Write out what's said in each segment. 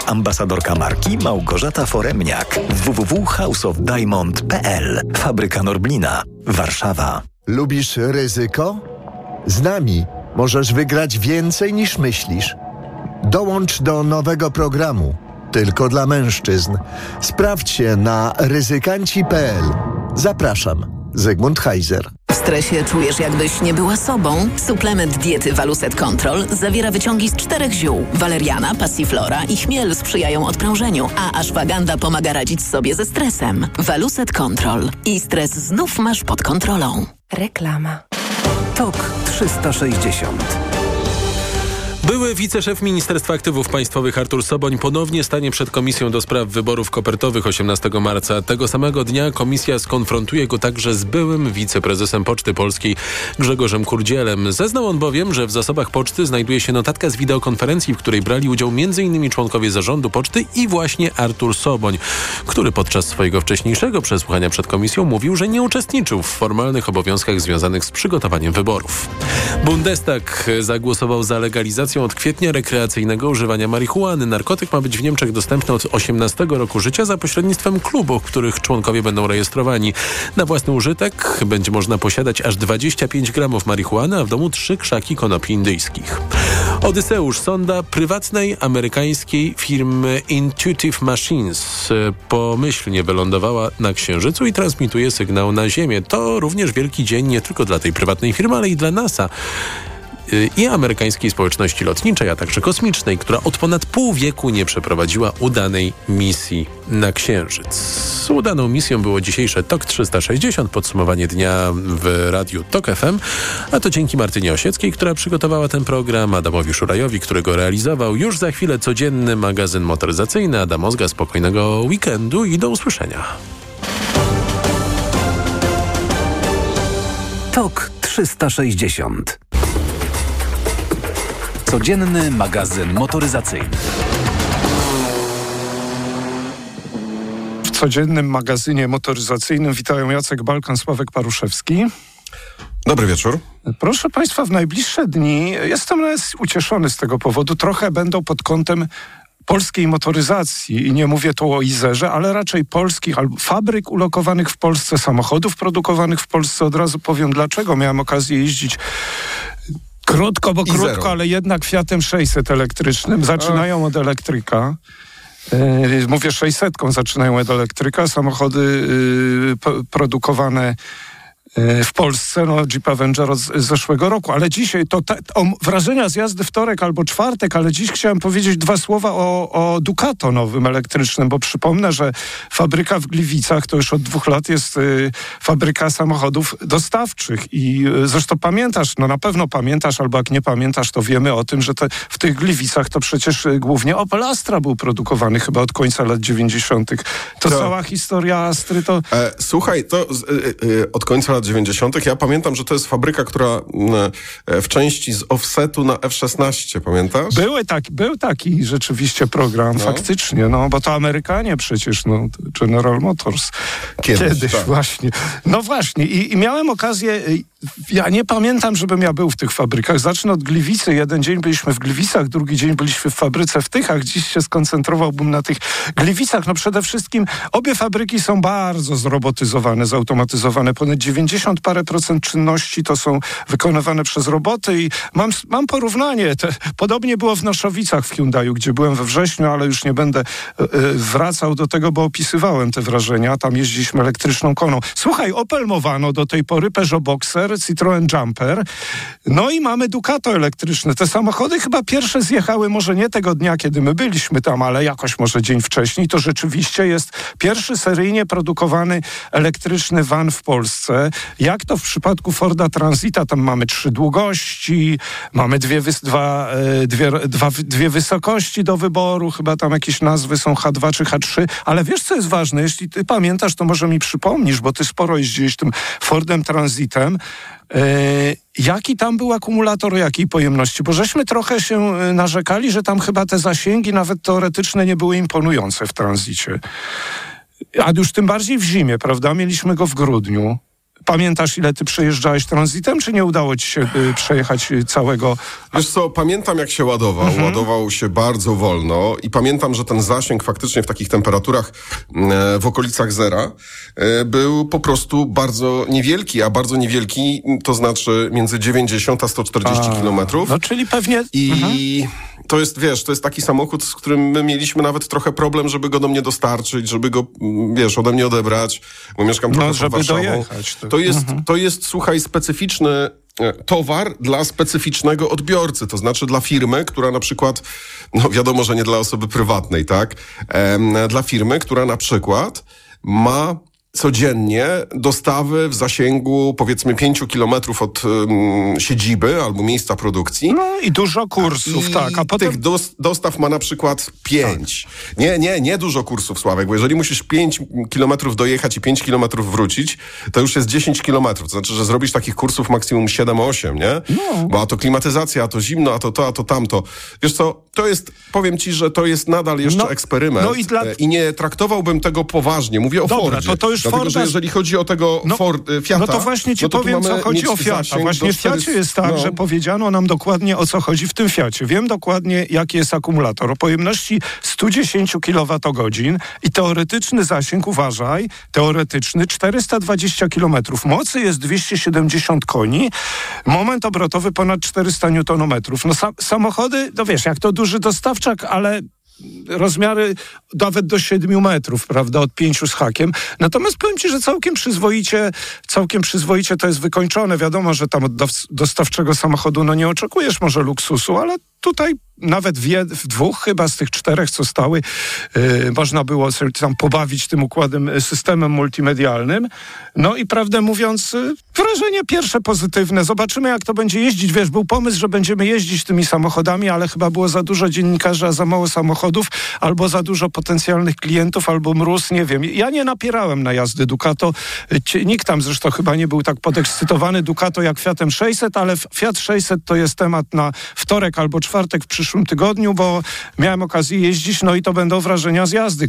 Ambasadorka marki Małgorzata Foremniak. www.houseofdiamond.pl. Fabryka Norblina, Warszawa. Lubisz ryzyko? Z nami możesz wygrać więcej niż myślisz. Dołącz do nowego programu. Tylko dla mężczyzn. Sprawdź się na ryzykanci.pl. Zapraszam. Zygmunt Heiser. W stresie czujesz, jakbyś nie była sobą? Suplement diety Waluset Control zawiera wyciągi z 4 ziół. Waleriana, passiflora i chmiel sprzyjają odprężeniu, a ashwaganda pomaga radzić sobie ze stresem. Waluset Control. I stres znów masz pod kontrolą. Reklama. TOK 360. Były wiceszef Ministerstwa Aktywów Państwowych Artur Soboń ponownie stanie przed Komisją do Spraw Wyborów Kopertowych 18 marca. Tego samego dnia komisja skonfrontuje go także z byłym wiceprezesem Poczty Polskiej Grzegorzem Kurdzielem. Zeznał on bowiem, że w zasobach Poczty znajduje się notatka z wideokonferencji, w której brali udział m.in. członkowie zarządu Poczty i właśnie Artur Soboń, który podczas swojego wcześniejszego przesłuchania przed komisją mówił, że nie uczestniczył w formalnych obowiązkach związanych z przygotowaniem wyborów. Bundestag zagłosował za legalizacją od kwietnia rekreacyjnego używania marihuany. Narkotyk ma być w Niemczech dostępny od 18 roku życia za pośrednictwem klubów, których członkowie będą rejestrowani. Na własny użytek będzie można posiadać aż 25 gramów marihuany, a w domu 3 krzaki konopi indyjskich. Odyseusz, sonda prywatnej amerykańskiej firmy Intuitive Machines, pomyślnie wylądowała na Księżycu i transmituje sygnał na Ziemię. To również wielki dzień nie tylko dla tej prywatnej firmy, ale i dla NASA i amerykańskiej społeczności lotniczej, a także kosmicznej, która od ponad pół wieku nie przeprowadziła udanej misji na Księżyc. Udaną misją było dzisiejsze TOK 360, podsumowanie dnia w radiu TOK FM, a to dzięki Martynie Osieckiej, która przygotowała ten program, Adamowi Szurajowi, który go realizował. Już za chwilę codzienny magazyn motoryzacyjny. Adam Ozga, spokojnego weekendu i do usłyszenia. TOK 360. Codzienny magazyn motoryzacyjny. W codziennym magazynie motoryzacyjnym witają Jacek Balkan, Sławek Paruszewski. Dobry wieczór. Proszę Państwa, w najbliższe dni, jestem ucieszony z tego powodu, trochę będą pod kątem polskiej motoryzacji i nie mówię tu o Izerze, ale raczej polskich albo fabryk ulokowanych w Polsce, samochodów produkowanych w Polsce. Od razu powiem dlaczego. Miałem okazję jeździć krótko, ale jednak Fiatem 600 elektrycznym. Zaczynają od elektryka. Mówię 600, zaczynają od elektryka. Samochody produkowane w Polsce, Jeep Avenger z zeszłego roku, ale dzisiaj wrażenia z jazdy wtorek albo czwartek, ale dziś chciałem powiedzieć 2 słowa o Ducato nowym elektrycznym, bo przypomnę, że fabryka w Gliwicach to już od 2 lat jest fabryka samochodów dostawczych i zresztą pamiętasz, na pewno pamiętasz, albo jak nie pamiętasz, to wiemy o tym, że w tych Gliwicach to przecież głównie Opel Astra był produkowany chyba od końca lat 90. To cała historia Astry to... Słuchaj, to od końca lat 90. Ja pamiętam, że to jest fabryka, która w części z offsetu na F-16, pamiętasz? Był taki rzeczywiście program, faktycznie, bo to Amerykanie przecież, General Motors. Kiedyś tak. Właśnie. No właśnie i miałem okazję, ja nie pamiętam, żebym ja był w tych fabrykach. Zacznę od Gliwicy. Jeden dzień byliśmy w Gliwicach, drugi dzień byliśmy w fabryce w Tychach. Dziś się skoncentrowałbym na tych Gliwicach. Przede wszystkim obie fabryki są bardzo zrobotyzowane, zautomatyzowane. Ponad 90 parę procent czynności to są wykonywane przez roboty i mam porównanie. Podobnie było w Noszowicach w Hyundaiu, gdzie byłem we wrześniu, ale już nie będę wracał do tego, bo opisywałem te wrażenia. Tam jeździliśmy elektryczną koną. Słuchaj, Opel Movano do tej pory, Peugeot Boxer, Citroen Jumper. No i mamy Ducato elektryczne. Te samochody chyba pierwsze zjechały, może nie tego dnia, kiedy my byliśmy tam, ale jakoś może dzień wcześniej. To rzeczywiście jest pierwszy seryjnie produkowany elektryczny van w Polsce. Jak to w przypadku Forda Transita, tam mamy 3 długości, mamy dwie wysokości do wyboru, chyba tam jakieś nazwy są H2 czy H3, ale wiesz co jest ważne? Jeśli ty pamiętasz, to może mi przypomnisz, bo ty sporo jeździłeś tym Fordem Transitem. Jaki tam był akumulator, jakiej pojemności? Bo żeśmy trochę się narzekali, że tam chyba te zasięgi nawet teoretyczne nie były imponujące w Transicie. A już tym bardziej w zimie, prawda? Mieliśmy go w grudniu. Pamiętasz, ile ty przejeżdżałeś tranzytem, czy nie udało ci się przejechać całego? Wiesz co, pamiętam jak się ładował. Ładował się bardzo wolno i pamiętam, że ten zasięg faktycznie w takich temperaturach w okolicach zera był po prostu bardzo niewielki, a bardzo niewielki to znaczy między 90 a 140 kilometrów. No czyli pewnie... I to jest, wiesz, to jest taki samochód, z którym my mieliśmy nawet trochę problem, żeby go do mnie dostarczyć, żeby go, wiesz, ode mnie odebrać, bo mieszkam trochę pod Warszawą. Dojechać. To jest, słuchaj, specyficzny towar dla specyficznego odbiorcy, to znaczy dla firmy, która na przykład, no wiadomo, że nie dla osoby prywatnej, tak? Dla firmy, która na przykład ma codziennie dostawy w zasięgu powiedzmy 5 kilometrów od siedziby albo miejsca produkcji. No i dużo kursów, tak. A potem... tych dostaw ma na przykład 5. Tak. Nie dużo kursów, Sławek, bo jeżeli musisz 5 kilometrów dojechać i 5 kilometrów wrócić, to już jest 10 kilometrów. To znaczy, że zrobisz takich kursów maksimum 7-8, nie? No. Bo a to klimatyzacja, a to zimno, a to tamto. Wiesz co, to jest, powiem ci, że to jest nadal jeszcze eksperyment. No i nie traktowałbym tego poważnie. Mówię o Fordzie. To już dlatego, że jeżeli chodzi o tego Fiata... No to właśnie ci powiem, co chodzi o Fiata. Właśnie w Fiacie jest tak, że powiedziano nam dokładnie, o co chodzi w tym Fiacie. Wiem dokładnie, jaki jest akumulator. O pojemności 110 kWh i teoretyczny zasięg, uważaj, teoretyczny 420 km. Mocy jest 270 koni, moment obrotowy ponad 400 Nm. No samochody, no wiesz, jak to duży dostawczak, ale rozmiary nawet do 7 metrów, prawda, od 5 z hakiem. Natomiast powiem ci, że całkiem przyzwoicie to jest wykończone. Wiadomo, że tam od dostawczego samochodu no nie oczekujesz może luksusu, ale tutaj nawet w 2 chyba z tych 4, co stały, można było sobie tam pobawić tym układem, systemem multimedialnym. No i prawdę mówiąc, wrażenie pierwsze pozytywne. Zobaczymy, jak to będzie jeździć. Wiesz, był pomysł, że będziemy jeździć tymi samochodami, ale chyba było za dużo dziennikarzy, a za mało samochodów, albo za dużo potencjalnych klientów, albo mróz, nie wiem. Ja nie napierałem na jazdy Ducato. Nikt tam zresztą chyba nie był tak podekscytowany Ducato jak Fiatem 600, ale Fiat 600 to jest temat na wtorek albo czwartek w przyszłym tygodniu, bo miałem okazję jeździć, no i to będą wrażenia z jazdy.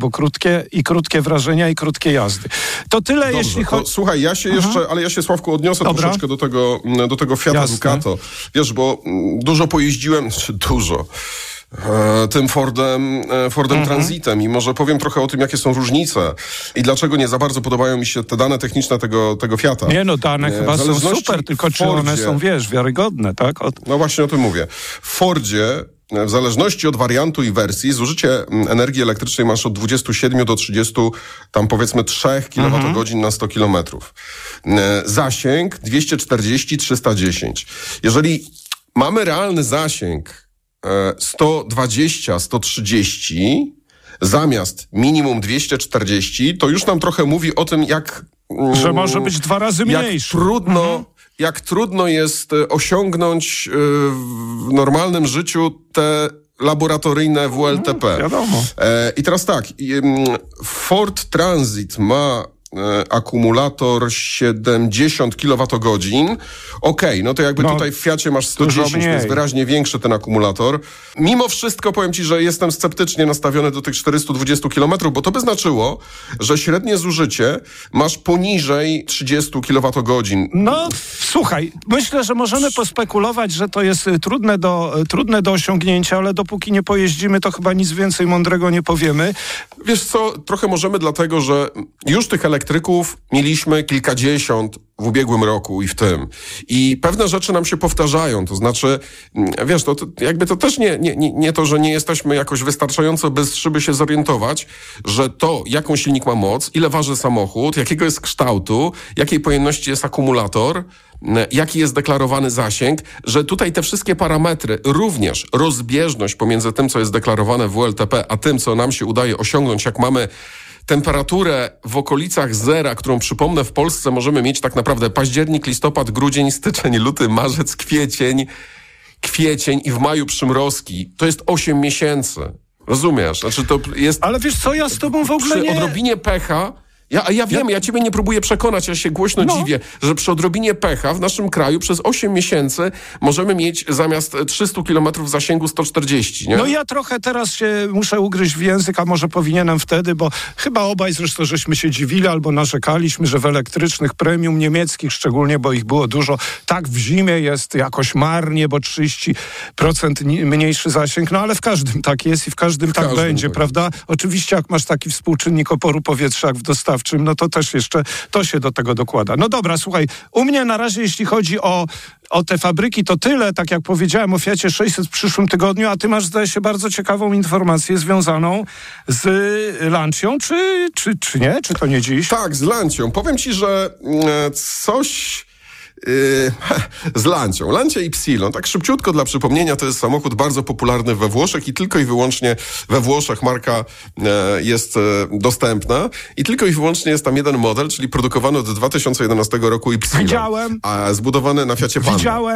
Krótkie wrażenia i krótkie jazdy. To tyle, dobrze, jeśli chodzi... Słuchaj, ja się, Sławku, odniosę troszeczkę do tego Fiata Ducato. Wiesz, bo dużo pojeździłem, tym Fordem Transitem i może powiem trochę o tym, jakie są różnice i dlaczego nie za bardzo podobają mi się te dane techniczne tego Fiata. Nie, no dane chyba są super, tylko czy one są, wiesz, wiarygodne, tak? No właśnie o tym mówię. W Fordzie w zależności od wariantu i wersji zużycie energii elektrycznej masz od 27 do 30, tam powiedzmy 3 kWh na 100 km. Zasięg 240-310. Jeżeli mamy realny zasięg 120-130 zamiast minimum 240, to już nam trochę mówi o tym, że może być 2 razy mniejszy. Jak trudno jest osiągnąć w normalnym życiu te laboratoryjne WLTP. Wiadomo. I teraz tak, Ford Transit ma akumulator 70 kWh. Okej, no to jakby tutaj w Fiacie masz 110, to jest wyraźnie większy ten akumulator. Mimo wszystko powiem ci, że jestem sceptycznie nastawiony do tych 420 km, bo to by znaczyło, że średnie zużycie masz poniżej 30 kWh. No, słuchaj, myślę, że możemy pospekulować, że to jest trudne do osiągnięcia, ale dopóki nie pojeździmy, to chyba nic więcej mądrego nie powiemy. Wiesz co, trochę możemy dlatego, że już tych elektryków mieliśmy kilkadziesiąt w ubiegłym roku i w tym. I pewne rzeczy nam się powtarzają. To znaczy, wiesz, to jakby to też nie to, że nie jesteśmy jakoś wystarczająco bystrzy, by się zorientować, że to, jaką silnik ma moc, ile waży samochód, jakiego jest kształtu, jakiej pojemności jest akumulator, jaki jest deklarowany zasięg, że tutaj te wszystkie parametry, również rozbieżność pomiędzy tym, co jest deklarowane w WLTP, a tym, co nam się udaje osiągnąć, jak mamy temperaturę w okolicach zera, którą przypomnę w Polsce możemy mieć tak naprawdę październik, listopad, grudzień, styczeń, luty, marzec, kwiecień i w maju przymrozki. To jest 8 miesięcy. Rozumiesz? Znaczy to jest... Ale wiesz co, ja z tobą w ogóle przy odrobinie pecha Ja wiem, ja ciebie nie próbuję przekonać, ja się głośno dziwię, że przy odrobinie pecha w naszym kraju przez 8 miesięcy możemy mieć zamiast 300 kilometrów zasięgu 140, nie? No ja trochę teraz się muszę ugryźć w język, a może powinienem wtedy, bo chyba obaj zresztą żeśmy się dziwili albo narzekaliśmy, że w elektrycznych premium niemieckich szczególnie, bo ich było dużo, tak w zimie jest jakoś marnie, bo 30% mniejszy zasięg, no ale w każdym tak jest i w każdym tak będzie, prawda? Oczywiście jak masz taki współczynnik oporu powietrza jak w dostawczym, no to też jeszcze to się do tego dokłada. No dobra, słuchaj, u mnie na razie jeśli chodzi o te fabryki, to tyle, tak jak powiedziałem o Fiacie 600 w przyszłym tygodniu, a ty masz, zdaje się, bardzo ciekawą informację związaną z Lancią, czy nie? Czy to nie dziś? Tak, z Lancią. Powiem ci, że coś... z Lancią. Lancia Ypsilon, tak szybciutko dla przypomnienia, to jest samochód bardzo popularny we Włoszech i tylko i wyłącznie we Włoszech marka jest dostępna i tylko i wyłącznie jest tam jeden model, czyli produkowany od 2011 roku Ypsilon. Widziałem. A zbudowany na Fiacie Panda. Widziałem.